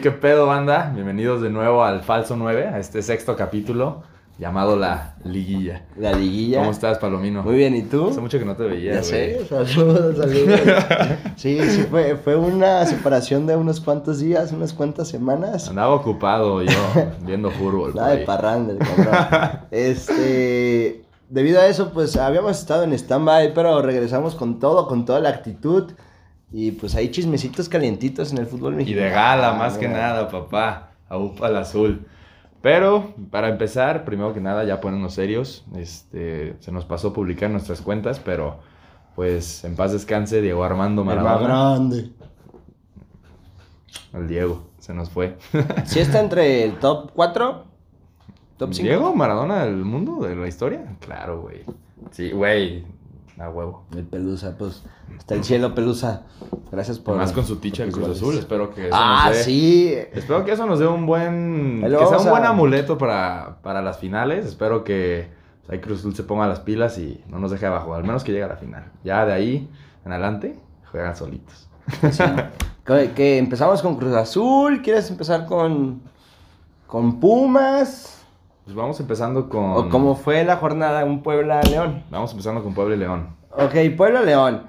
¿Qué pedo, banda? Bienvenidos de nuevo al Falso 9, a este sexto capítulo llamado La Liguilla. La liguilla. ¿Cómo estás, Palomino? Muy bien, ¿y tú? Hace mucho que no te veía, Ya güey. sé, saludos. Sí, fue una separación de unos cuantos días, unas cuantas semanas. Andaba ocupado yo viendo fútbol. Nada de parranda, el cabrón. Debido a eso, pues habíamos estado en stand-by, pero regresamos con todo, con toda la actitud. Y pues hay chismecitos calientitos en el fútbol Y mexicano. de gala, más que nada, papá. Aupa al azul. Pero, para empezar, primero que nada, ya ponernos serios. Se nos pasó publicar nuestras cuentas, pero, pues, en paz descanse Diego Armando El más Maradona. grande. El Diego, se nos fue. ¿Sí está entre el top 4? ¿Top 5? ¿Diego Maradona del mundo, de la historia? Claro, güey. Sí, güey. A huevo. El Pelusa, pues, hasta el cielo, Pelusa. Gracias por... Más con su ticha del por Cruz tus Azul. goles. Espero que eso Ah, nos dé... sí. Espero que eso nos dé un buen... Ahí Que lo sea vamos un buen a- amuleto para las finales. Espero que pues, ahí Cruz Azul se ponga las pilas y no nos deje abajo. Al menos que llegue a la final. Ya de ahí en adelante, juegan solitos. Sí. ¿Qué? ¿Empezamos con Cruz Azul? ¿Quieres empezar con Pumas? Pues vamos empezando con... ¿O cómo fue la jornada en Puebla-León? Vamos empezando con Puebla y León. Ok, Puebla-León.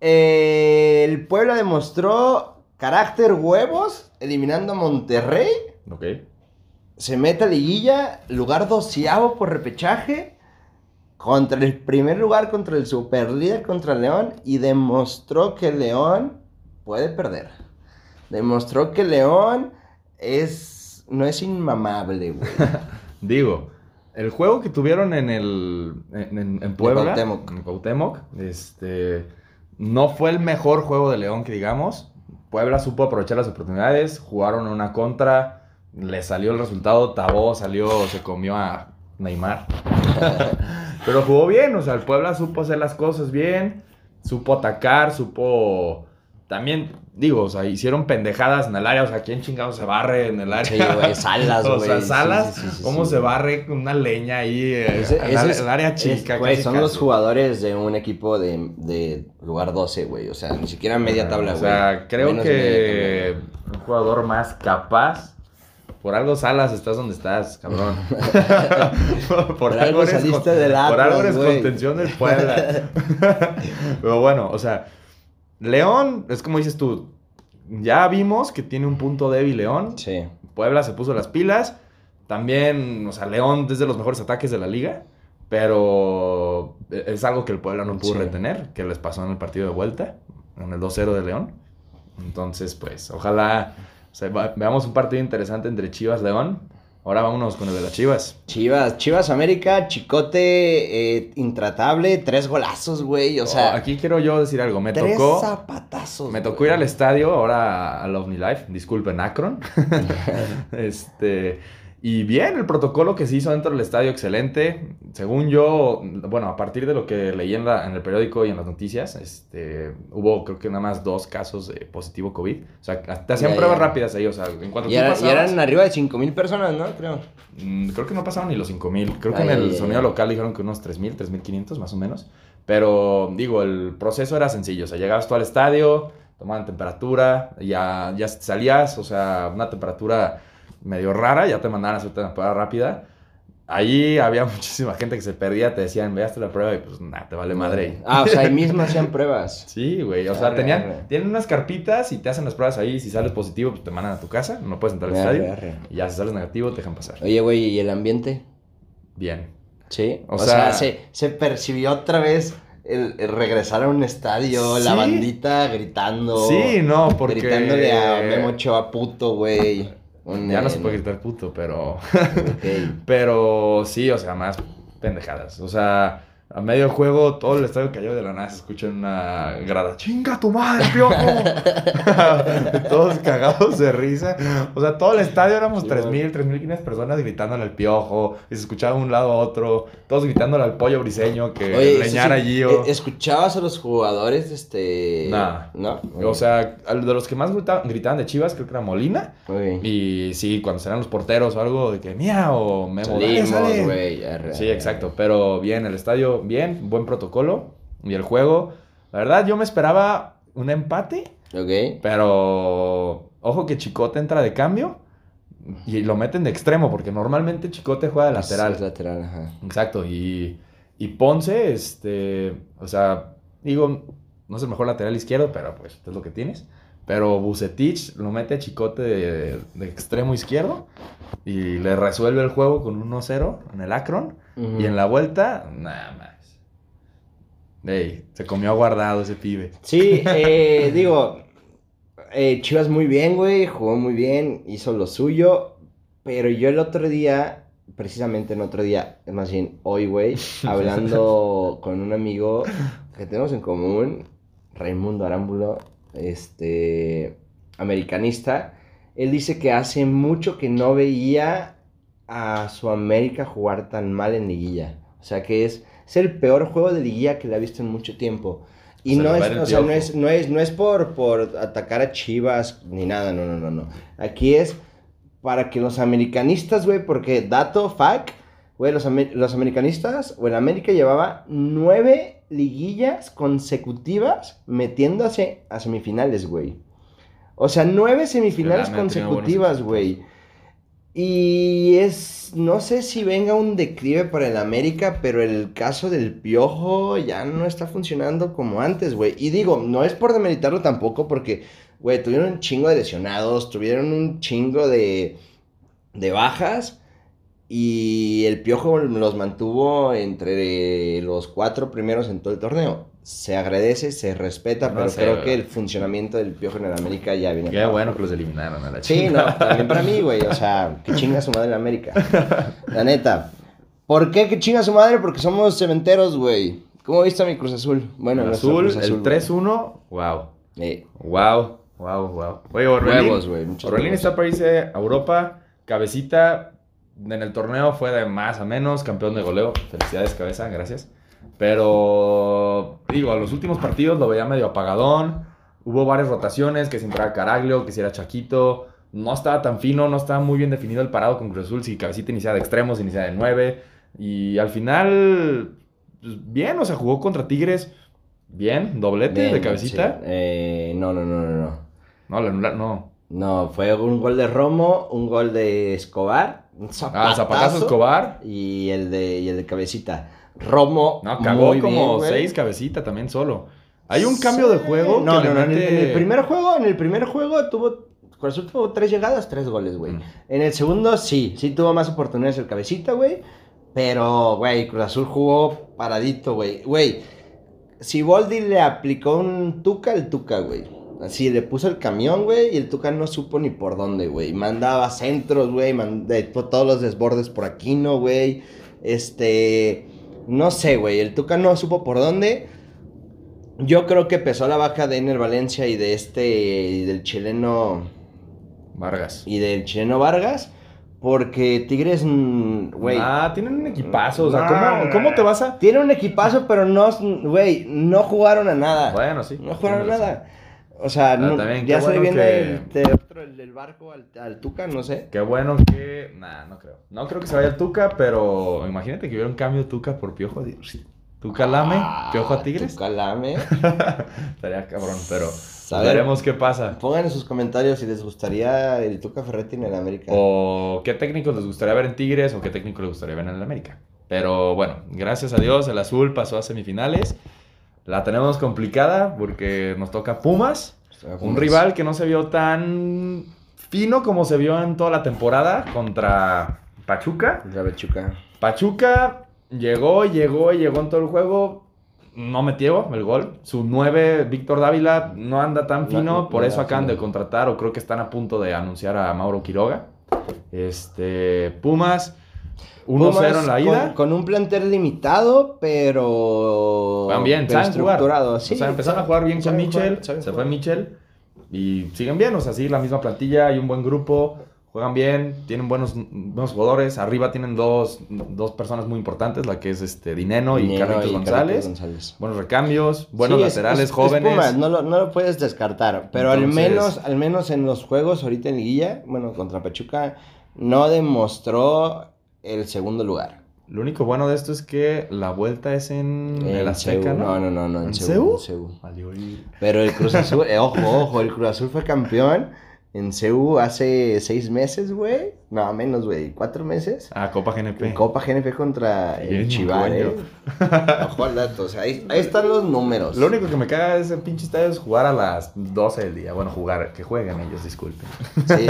El Puebla demostró carácter huevos, eliminando a Monterrey. ¿Ok? Se mete a liguilla, lugar 12º por repechaje, contra el primer lugar, contra el superlíder, contra León, y demostró que León puede perder. Demostró que León no es inmamable, güey. Digo, el juego que tuvieron en Puebla, Cuauhtémoc. en Cuauhtémoc, no fue el mejor juego de León que digamos. Puebla supo aprovechar las oportunidades, jugaron una contra, le salió el resultado, Tabó salió, se comió a Neymar. Pero jugó bien, o sea, el Puebla supo hacer las cosas bien, supo atacar, supo... También, digo, o sea, hicieron pendejadas en el área, o sea, ¿quién chingados se barre en el área? Sí, güey, Salas, güey. O sea, Salas, Sí, ¿cómo sí. se barre con una leña ahí El área chica? güey, casi, son casi. los jugadores de un equipo de lugar 12, güey. O sea, ni siquiera media tabla, O güey. sea, creo Menos que media un jugador más capaz. Por algo Salas estás donde estás, cabrón. Por algo saliste del Por algo Atlas, eres güey. contención del Puebla. Pero bueno, o sea, León, es como dices tú, ya vimos que tiene un punto débil León. Sí. Puebla se puso las pilas. También, o sea, León es de los mejores ataques de la liga. Pero es algo que el Puebla no pudo Sí. retener, que les pasó en el partido de vuelta, en el 2-0 de León. Entonces, pues, ojalá veamos un partido interesante entre Chivas y León. Ahora vámonos con el de las Chivas. Chivas América, Chicote, intratable, 3 golazos, güey. O sea, Aquí quiero yo decir algo. Me 3 tocó zapatazos. Me tocó güey. ir al estadio, ahora al OmniLife, disculpen, Akron. Y bien, el protocolo que se hizo dentro del estadio, excelente. Según yo, bueno, a partir de lo que leí en el periódico y en las noticias, hubo creo que nada más 2 casos de positivo COVID. O sea, te hacían Ya, pruebas ya. rápidas ahí, o sea, en cuanto Y, tú y pasabas... eran arriba de 5,000 personas, ¿no? Creo. Creo que no pasaron ni los 5,000. Creo que Ay, en el ay, sonido ay. local dijeron que unos 3,000, 3,500 más o menos. Pero digo, el proceso era sencillo. O sea, llegabas tú al estadio, tomaban temperatura, ya salías, o sea, una temperatura medio rara, ya te mandaban a hacer temporada rápida. Ahí había muchísima gente que se perdía, te decían, veaste la prueba y pues nada, te vale madre. Ah, o sea, ahí mismo hacían pruebas. Sí, güey, o sea, Arre. tienen unas carpitas y te hacen las pruebas ahí. Si sales positivo, pues te mandan a tu casa, no puedes entrar al estadio. Arre. Y ya si sales negativo, te dejan pasar. Oye, güey, ¿y el ambiente? Bien. Sí. O O sea, sea, se percibió otra vez el regresar a un estadio, Sí. la bandita gritando. Sí, no, porque... Gritándole a Memo Ochoa puto, güey. Ya no se puede gritar puto, pero... Ok. Pero sí, o sea, más pendejadas. O sea, a medio juego todo el estadio cayó de la nada. Se escucha en una grada. ¡Chinga tu madre, piojo! Todos cagados de risa. O sea, todo el estadio éramos Sí, 3,000, 3,500 personas gritándole al piojo. Y se escuchaba de un lado a otro. Todos gritándole al pollo briseño que Oye, eso leñara sí, allí. O... ¿escuchabas a los jugadores, Nah. ¿No? O sea, de los que más gritaban de Chivas, creo que era Molina. Ok. Y sí, cuando serán los porteros o algo de que mía o Memo, dale, Salimos, sale. güey. Sí, exacto. Pero bien, el estadio, bien, buen protocolo. Y el juego, la verdad, yo me esperaba un empate. Ok. Pero ojo que Chicote entra de cambio y lo meten de extremo, porque normalmente Chicote juega de lateral. Es lateral, ajá. Exacto, y Ponce, o sea, digo, no es el mejor lateral izquierdo, pero pues es lo que tienes. Pero Vucetich lo mete a Chicote de extremo izquierdo y le resuelve el juego con 1-0 en el Akron. Y en la vuelta, nada más. Ey, se comió guardado ese pibe. Sí, digo, Chivas muy bien, güey, jugó muy bien, hizo lo suyo, pero yo el otro día, precisamente el otro día, más bien hoy, güey, hablando con un amigo que tenemos en común, Raimundo Arámbulo, americanista, él dice que hace mucho que no veía a su América jugar tan mal en liguilla, o sea que es el peor juego de liguilla que le ha visto en mucho tiempo. Y Se no le va es, el o sea, Piojo. no es por atacar a Chivas ni nada, no. Aquí es para que los americanistas, güey, porque dato, fact, güey, los americanistas, o el América llevaba 9 liguillas consecutivas metiéndose a semifinales, güey. O sea, 9 semifinales El AME ha tenido buenos consecutivas, equipos. güey. Y no sé si venga un declive para el América, pero el caso del Piojo ya no está funcionando como antes, güey. Y digo, no es por demeritarlo tampoco, porque, güey, tuvieron un chingo de lesionados, tuvieron un chingo de bajas. Y el Piojo los mantuvo entre los 4 primeros en todo el torneo. Se agradece, se respeta, No pero sé, creo que ¿verdad? el funcionamiento del Piojo en el América ya viene Qué para bueno abajo. que los eliminaron a la Sí, no, chingada. también para mí, güey. O sea, que chinga su madre en América. La neta. ¿Por qué que chinga su madre? Porque somos cementeros, güey. ¿Cómo viste a mi Cruz Azul? Bueno, El nuestro azul, Cruz Azul, el güey. 3-1, wow. Wow, wow, wow. Oye, Huevos, güey, muchos Orbelín huevos. está para irse a Europa. Cabecita en el torneo fue de más a menos, campeón de goleo. Felicidades, Cabeza, gracias. Pero, digo, a los últimos partidos lo veía medio apagadón. Hubo varias rotaciones, que si entraba Caraglio, que si era Chaquito. No estaba tan fino, no estaba muy bien definido el parado con Cruz Azul. Si Cabecita iniciaba de extremos, iniciaba de 9. Y al final, pues, bien, o sea, jugó contra Tigres. Bien, doblete de Bien, Cabecita. sí. No. No, la anularon, no. No, fue un gol de Romo, un gol de Escobar, un Zapatazo zapatazo Escobar. y el de Cabecita. Romo, No, cagó muy como bien, güey. 6 Cabecita también solo. Hay un cambio de juego No, que le mete... en el primer juego Cruz Azul tuvo 3 llegadas, 3 goles, güey. Mm. En el segundo sí tuvo más oportunidades el Cabecita, güey. Pero, güey, Cruz Azul jugó paradito, güey. Güey, Siboldi le aplicó un Tuca al Tuca, güey. Así, le puso el camión, güey, y el Tuca no supo ni por dónde, güey. Mandaba centros, güey, todos los desbordes por aquí, ¿no, güey? No sé, güey, el Tuca no supo por dónde. Yo creo que pesó la baja de Ener Valencia y y del chileno Vargas. Vargas, porque Tigres, güey. Tienen un equipazo. O sea, No, ¿cómo te vas a...? Tiene un equipazo, pero no, güey, no jugaron a nada. Bueno, sí. No jugaron a tienes razón. nada. O sea, también, ya qué se le bueno viene que- el del barco al Tuca, no sé. Qué bueno que... No creo. No creo que se vaya el Tuca, pero imagínate que hubiera un cambio Tuca por Piojo. Tuca Lame, Piojo a Tigres. Tuca Lame. Estaría cabrón, pero A ver, veremos qué pasa. pongan en sus comentarios si les gustaría el Tuca Ferretti en el América. O qué técnicos les gustaría ver en Tigres o qué técnico les gustaría ver en el América. Pero bueno, gracias a Dios el azul pasó a semifinales. La tenemos complicada porque nos toca Pumas. Un rival que no se vio tan fino como se vio en toda la temporada contra Pachuca. La Bechuca. Pachuca llegó en todo el juego. No metió el gol. Su 9, Víctor Dávila, no anda tan fino. No, por no eso anda acaban fino. de contratar, o creo que están a punto de anunciar a Mauro Quiroga. Pumas, 1-0 en la ida. Con un plantel limitado, pero. Van bien, pero saben jugar. estructurado. Sí, o sea, empezaron a jugar bien con saben Michel. jugar, saben Se jugar. fue Michel. Y siguen bien, o sea, sí, la misma plantilla, hay un buen grupo. Juegan bien, tienen buenos jugadores. Arriba tienen dos personas muy importantes, la que es Dineno y Dineno Carlitos y González. González. Buenos recambios, buenos Sí, laterales, es jóvenes. Pumas, no lo puedes descartar. Pero Entonces- al menos en los juegos ahorita en Liguilla, bueno, contra Pachuca, no demostró el segundo lugar. Lo único bueno de esto es que la vuelta es en el Azteca, CU. ¿no? No, ¿En CU. CU? Valió ir. Pero el Cruz Azul, ojo, el Cruz Azul fue campeón en CU hace 6 meses, güey. No, menos, güey, 4 meses. Ah, Copa GNP. En Copa GNP contra Bien, el Chivar, coño. Ojo al dato, o sea, ahí están los números. Lo único que me caga de ese pinche estadio es jugar a las 12 del día. Bueno, que jueguen ellos, disculpen. Sí,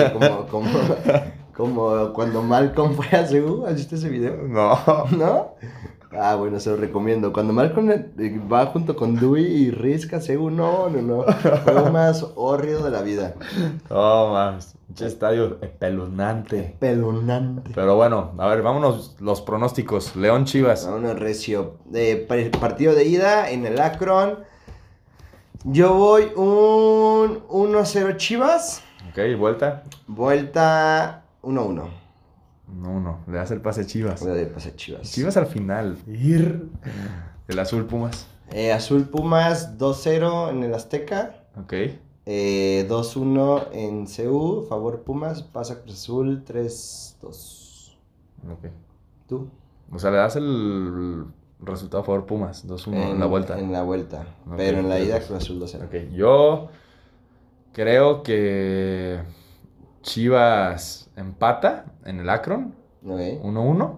como cuando Malcolm fue a CU, ¿has visto ese video? No. ¿No? Ah, bueno, se lo recomiendo. Cuando Malcolm va junto con Dewey y Rizka, CU, no. Fue lo más horrido de la vida. No, más. Pinche estadio espeluznante. Pelonante. Pero bueno, a ver, vámonos los pronósticos. León Chivas. Vámonos, recio. Partido de ida en el Akron. Yo voy un 1-0 Chivas. Ok, vuelta. Vuelta 1-1. No. Le das el pase a Chivas. Voy a dar pase a Chivas. Chivas al final. El azul Pumas. Azul Pumas 2-0 en el Azteca. Ok. 2-1 en CU. Favor Pumas. Pasa Cruz Azul 3-2. Ok. ¿Tú? O sea, le das el resultado a favor Pumas. 2-1 en la vuelta. En la vuelta. Ok, Pero en la ida 3-2. Cruz Azul 2-0. Ok, yo creo que Chivas empata en el Akron. Ok. 1-1.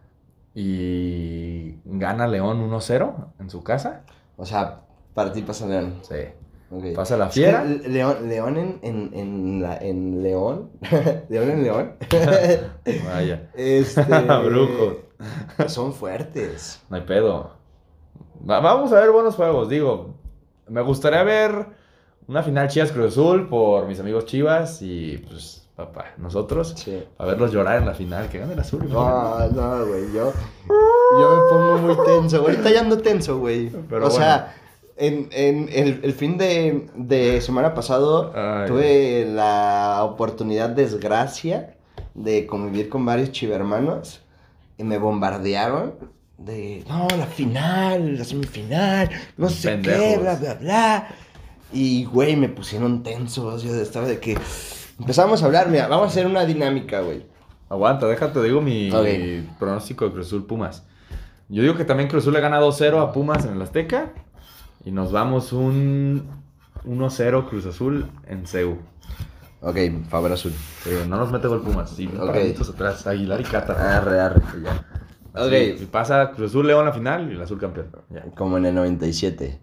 Y gana León 1-0 en su casa. O sea, para ti pasa León. Sí. Okay. Pasa la Es fiera. que León en León. León en León. Vaya. Brujo. Brujo. Son fuertes. No hay pedo. Vamos a ver buenos juegos. Digo, me gustaría ver una final Chivas Cruz Azul por mis amigos Chivas y pues, papá, nosotros. Sí. A verlos llorar en la final. Que gane el azul. No, güey. Yo me pongo muy tenso. Ahorita ya ando tenso, güey. Pero o sea, en el fin de semana pasado Ay. tuve la oportunidad, desgracia, de convivir con varios chivermanos y me bombardearon de, no, la final, la semifinal, no sé Pendejos. qué, bla, bla, bla. Y, güey, me pusieron tensos. Yo estaba de que empezamos a hablar, mira, vamos a hacer una dinámica, güey. Aguanta, déjate, digo mi pronóstico de Cruz Azul Pumas. Yo digo que también Cruz Azul le gana 2-0 a Pumas en el Azteca. Y nos vamos un 1-0 Cruz Azul en CU. Ok, favor azul. No nos mete gol Pumas. Sí, Ok. paraditos atrás. Aguilar y Cata. Arre. Ya. Ok. Y pasa Cruz Azul León a la final y el azul campeón. Ya. Como en el 97.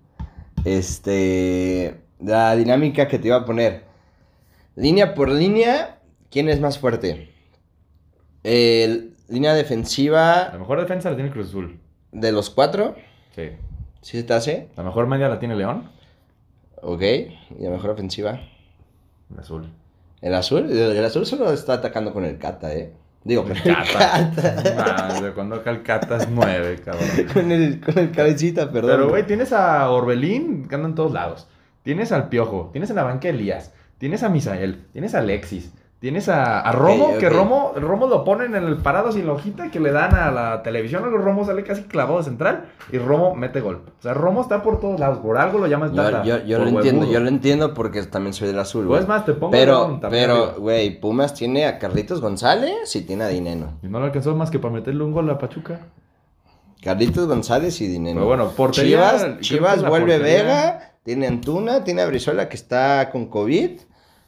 La dinámica que te iba a poner. Línea por línea, ¿quién es más fuerte? Línea defensiva La mejor defensa la tiene Cruz Azul. de los 4. Sí. ¿Sí se te hace? La mejor media la tiene León. Ok. ¿Y la mejor ofensiva? El azul. ¿El azul? El azul solo está atacando con el Cata, ¿eh? Digo, con el Cata. Cata. De cuando acá el Cata es 9, cabrón. con el cabecita, perdón. Pero, güey, tienes a Orbelín que anda en todos lados. Tienes al Piojo. Tienes en la banca a Elías. Tienes a Misael. Tienes a Alexis. Tienes a Romo, Ok. que Romo lo ponen en el parado sin la hojita que le dan a la televisión. Luego Romo sale casi clavado de central y Romo mete gol. O sea, Romo está por todos lados. Por algo lo llaman Tata. Yo por lo entiendo, huevudo. yo lo entiendo porque también soy del azul, O güey. es más, te pongo Pero, León también arriba. güey, Pumas tiene a Carlitos González y tiene a Dineno. Y no le alcanzó más que para meterle un gol a Pachuca. Carlitos González y Dineno. Pero bueno, portería, creo que Chivas la vuelve portería- Vega, tiene Antuna, tiene a Brizuela que está con COVID.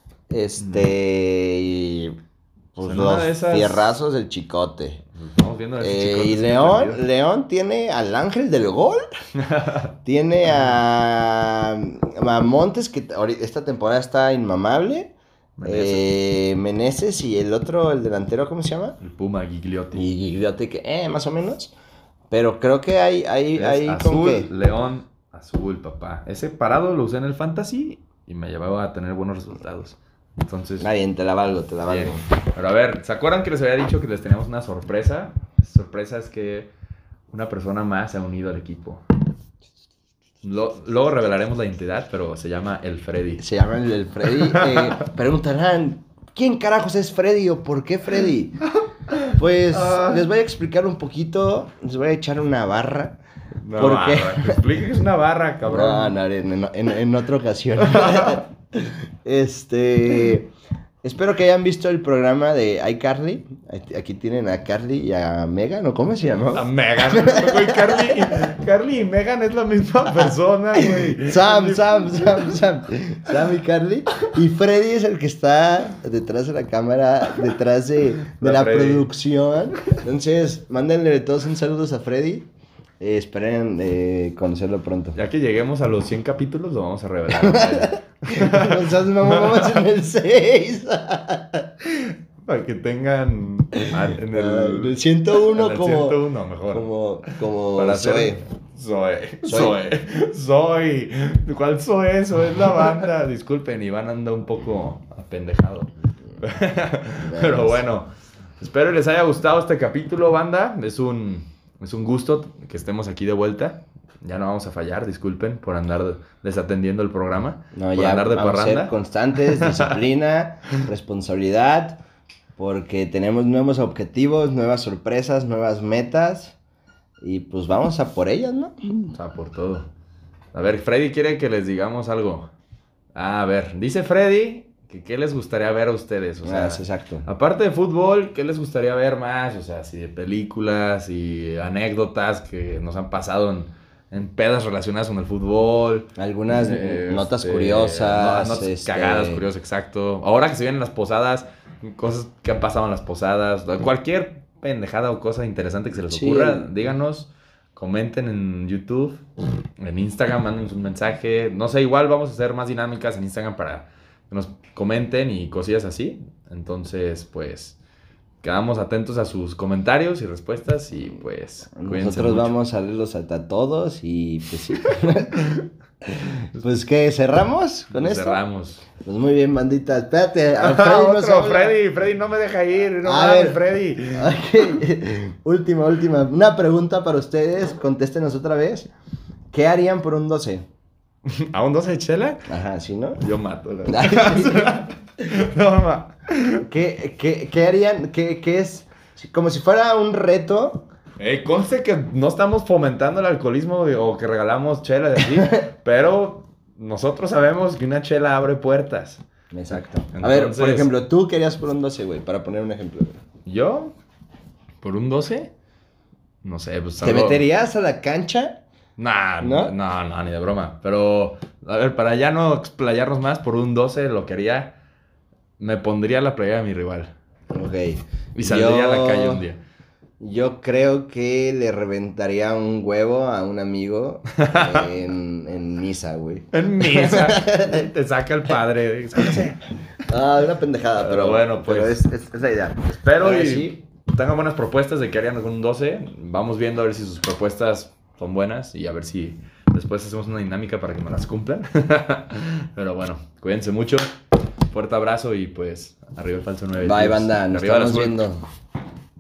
Y pues En una los de esas- fierrazos del Chicote. Estamos viendo a ese chico Y suspendido. León tiene al Ángel del Gol. Tiene a Montes, que esta temporada está inmamable. Meneses y el otro, el delantero, ¿cómo se llama? El Puma Gigliotti. Y Gigliotti, que más o menos. Pero creo que hay Es con azul, qué. León, azul, papá. Ese parado lo usé en el Fantasy y me llevaba a tener buenos resultados. Entonces, Está bien, te la valgo, te la valgo. bien. Pero a ver, ¿se acuerdan que les había dicho que les teníamos una sorpresa? La sorpresa es que una persona más se ha unido al equipo. Luego revelaremos la identidad, pero se llama el Freddy. Se llama el Freddy. Preguntarán, ¿quién carajos es Freddy o por qué Freddy? Pues les voy a explicar un poquito, les voy a echar una barra. Una ¿Por barra. qué? Te explico que es una barra, cabrón. No, en otra ocasión. Espero que hayan visto el programa de iCarly. Aquí tienen a Carly y a Megan, ¿o cómo se A llamaba? Megan, güey, Carly y Megan es la misma persona, güey. Sam y Carly. Y Freddy es el que está detrás de la cámara, detrás de la Freddy. producción. Entonces, mándenle todos un saludos a Freddy. Esperen conocerlo pronto. Ya que lleguemos a los 100 capítulos, lo vamos a revelar. Nosotros no vamos en el 6. Para que tengan en el 101 en el como 101 mejor. como Para Zoe. Zoe. ¿Cuál Zoe? Zoe es la banda. Disculpen, Iván anda un poco apendejado. Pero bueno, espero les haya gustado este capítulo, banda. Es un gusto que estemos aquí de vuelta. Ya no vamos a fallar, disculpen por andar desatendiendo el programa. No, por ya andar de vamos a parranda. ser constantes, disciplina, responsabilidad, porque tenemos nuevos objetivos, nuevas sorpresas, nuevas metas, y pues vamos a por ellas, ¿no? O sea, por todo. A ver, Freddy quiere que les digamos algo. A ver, dice Freddy que qué les gustaría ver a ustedes. O sea, Es exacto. aparte de fútbol, ¿qué les gustaría ver más? O sea, si de películas y anécdotas que nos han pasado en pedas relacionadas con el fútbol. Algunas notas curiosas. Notas cagadas, curiosas, exacto. Ahora que se vienen las posadas, cosas que han pasado en las posadas, cualquier pendejada o cosa interesante que se les ocurra, díganos, comenten en YouTube, en Instagram, mándenos un mensaje. No sé, igual vamos a hacer más dinámicas en Instagram para que nos comenten y cosillas así. Entonces, pues, quedamos atentos a sus comentarios y respuestas y pues nosotros vamos a leerlos a todos y pues sí. Pues ¿qué? ¿Cerramos con esto? Cerramos. Pues muy bien, bandita. Espérate, a Freddy no me deja ir. No a mames, ver, Freddy. Okay. Última. Una pregunta para ustedes. Contéstenos otra vez. ¿Qué harían por un 12? ¿A un 12 de chela? Ajá, ¿sí, no? Yo mato. No, mamá. ¿Qué harían? ¿Qué es? Como si fuera un reto. Conste que no estamos fomentando el alcoholismo o que regalamos chela de así, pero nosotros sabemos que una chela abre puertas. Exacto. Entonces, a ver, por ejemplo, ¿tú qué harías por un 12, güey? Para poner un ejemplo. ¿Yo? ¿Por un 12? No sé, pues ¿Te meterías a la cancha? Nah, ¿No? No, ni de broma. Pero, a ver, para ya no explayarnos más, por un 12 lo que haría, me pondría la playera de mi rival. Ok. Y saldría a la calle un día. Yo creo que le reventaría un huevo a un amigo en misa, güey. En misa. Te saca el padre. Una pendejada, pero bueno, pues. Pero es la idea. Espero y sí. tengan buenas propuestas de qué harían con un 12. Vamos viendo a ver si sus propuestas son buenas y a ver si después hacemos una dinámica para que me las cumplan. Pero bueno, cuídense mucho. Fuerte abrazo y pues arriba el falso 9. Bye, banda. Nos Arriba la estamos suerte. viendo.